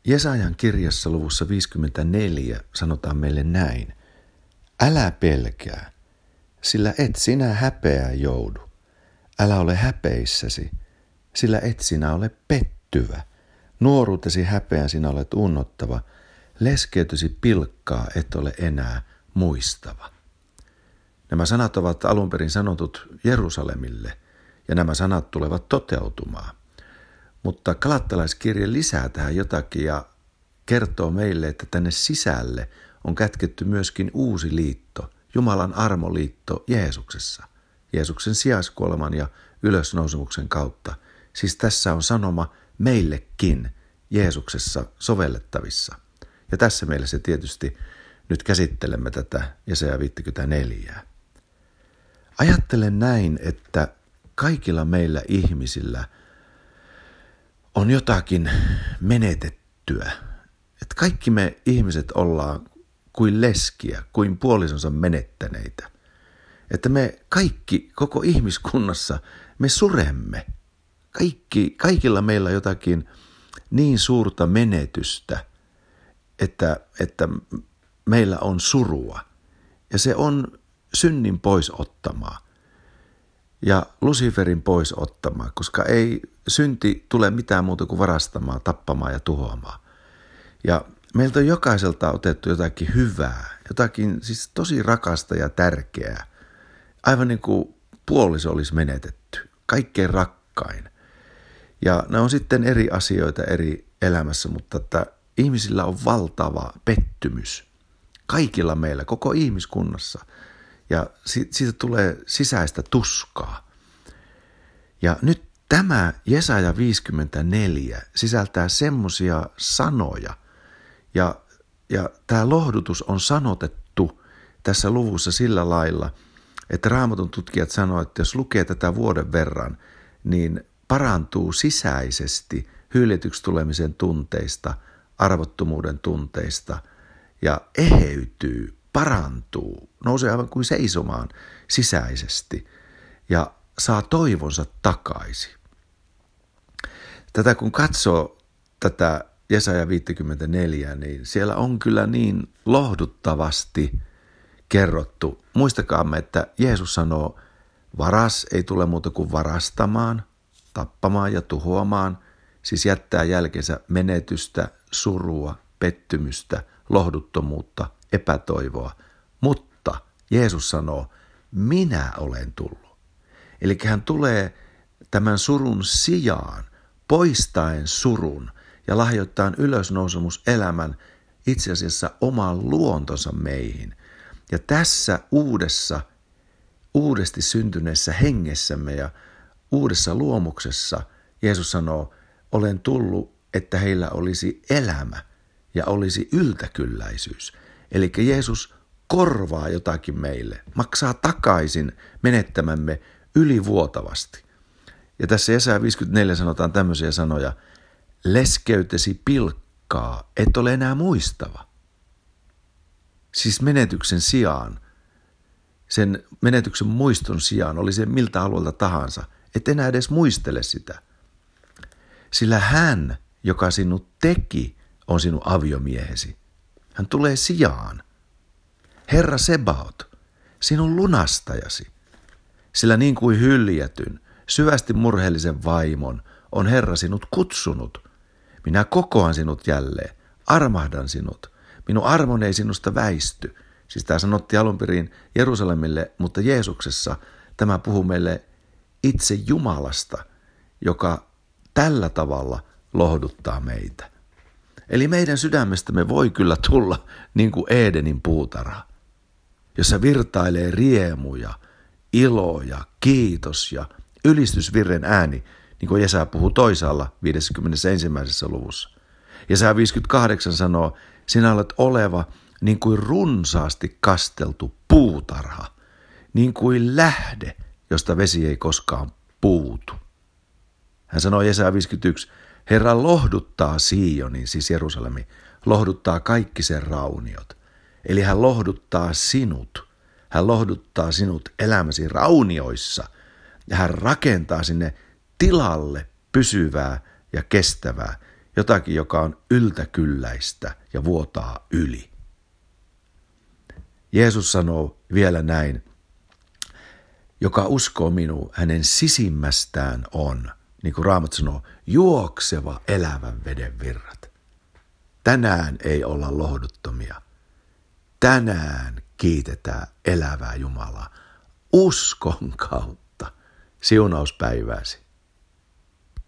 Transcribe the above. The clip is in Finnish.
Jesajan kirjassa luvussa 54 sanotaan meille näin. Älä pelkää, sillä et sinä häpeää joudu. Älä ole häpeissäsi, sillä et sinä ole pettyvä. Nuoruutesi häpeän sinä olet unnottava. Leskeytysi pilkkaa et ole enää muistava. Nämä sanat ovat alun perin sanotut Jerusalemille, ja nämä sanat tulevat toteutumaan. Mutta galattalaiskirje lisää tähän jotakin ja kertoo meille, että tänne sisälle on kätketty myöskin uusi liitto, Jumalan armoliitto Jeesuksessa, Jeesuksen sijaiskuoleman ja ylösnousemuksen kautta. Siis tässä on sanoma meillekin Jeesuksessa sovellettavissa. Ja tässä mielessä tietysti nyt käsittelemme tätä Jesaja 54. Ajattelen näin, että kaikilla meillä ihmisillä on jotakin menetettyä. Että kaikki me ihmiset ollaan kuin leskiä, kuin puolisonsa menettäneitä. Että me kaikki, koko ihmiskunnassa, me suremme. Kaikilla meillä on jotakin niin suurta menetystä, että meillä on surua. Ja se on synnin pois ottamaa ja Luciferin pois ottamaa, koska ei synti tule mitään muuta kuin varastamaan, tappamaan ja tuhoamaan. Ja meiltä on jokaiselta otettu jotakin hyvää, jotakin siis tosi rakasta ja tärkeää. Aivan niin kuin puoliso olisi menetetty, kaikkein rakkain. Ja ne on sitten eri asioita eri elämässä, mutta että ihmisillä on valtava pettymys. Kaikilla meillä, koko ihmiskunnassa. Ja siitä tulee sisäistä tuskaa. Ja nyt tämä Jesaja 54 sisältää semmoisia sanoja. Ja tämä lohdutus on sanotettu tässä luvussa sillä lailla, että Raamatun tutkijat sanoo, että jos lukee tätä vuoden verran, niin parantuu sisäisesti hyljetyksi tulemisen tunteista, arvottomuuden tunteista ja eheytyy, parantuu, nousee aivan kuin seisomaan sisäisesti ja saa toivonsa takaisin. Tätä kun katsoo tätä Jesaja 54, niin siellä on kyllä niin lohduttavasti kerrottu. Muistakaamme, että Jeesus sanoo, varas ei tule muuta kuin varastamaan, tappamaan ja tuhoamaan, siis jättää jälkeensä menetystä, surua, pettymystä, lohduttomuutta, epätoivoa. Mutta Jeesus sanoo, minä olen tullut. Eli hän tulee tämän surun sijaan, poistaen surun ja lahjoittaen ylösnousemuselämän itse asiassa oman luontonsa meihin. Ja tässä uudesti syntyneessä hengessämme ja uudessa luomuksessa Jeesus sanoo, olen tullut, että heillä olisi elämä ja olisi yltäkylläisyys. Eli Jeesus korvaa jotakin meille, maksaa takaisin menettämämme ylivuotavasti. Ja tässä Jesaja 54 sanotaan tämmöisiä sanoja, leskeytesi pilkkaa, et ole enää muistava. Siis menetyksen sijaan, sen menetyksen muiston sijaan, oli se miltä alueelta tahansa, et enää edes muistele sitä. Sillä hän, joka sinut teki, on sinun aviomiehesi. Hän tulee sijaan. Herra Sebaot, sinun lunastajasi. Sillä niin kuin hyljätyn, syvästi murheellisen vaimon on Herra sinut kutsunut. Minä kokoan sinut jälleen, armahdan sinut. Minun armoni ei sinusta väisty. Siis tämä sanottiin alun perin Jerusalemille, mutta Jeesuksessa tämä puhuu meille itse Jumalasta, joka tällä tavalla lohduttaa meitä. Eli meidän sydämestämme voi kyllä tulla niin kuin Edenin puutarha, jossa virtailee riemuja, iloja, kiitos ja ylistysvirren ääni, niin kuin Jesaja puhuu toisaalla 51. luvussa. Jesaja 58 sanoo, sinä olet oleva niin kuin runsaasti kasteltu puutarha, niin kuin lähde, josta vesi ei koskaan puutu. Hän sanoo Jesaja 51, Herra lohduttaa Sionin, siis Jerusalemi, lohduttaa kaikki sen rauniot. Eli hän lohduttaa sinut. Hän lohduttaa sinut elämäsi raunioissa ja hän rakentaa sinne tilalle pysyvää ja kestävää jotakin, joka on yltäkylläistä ja vuotaa yli. Jeesus sanoo vielä näin, joka uskoo minuun, hänen sisimmästään on, niin kuin Raamattu sanoo, juokseva elävän veden virrat. Tänään ei olla lohduttomia. Tänään kiitetään elävää Jumalaa uskon kautta. Siunauspäivääsi.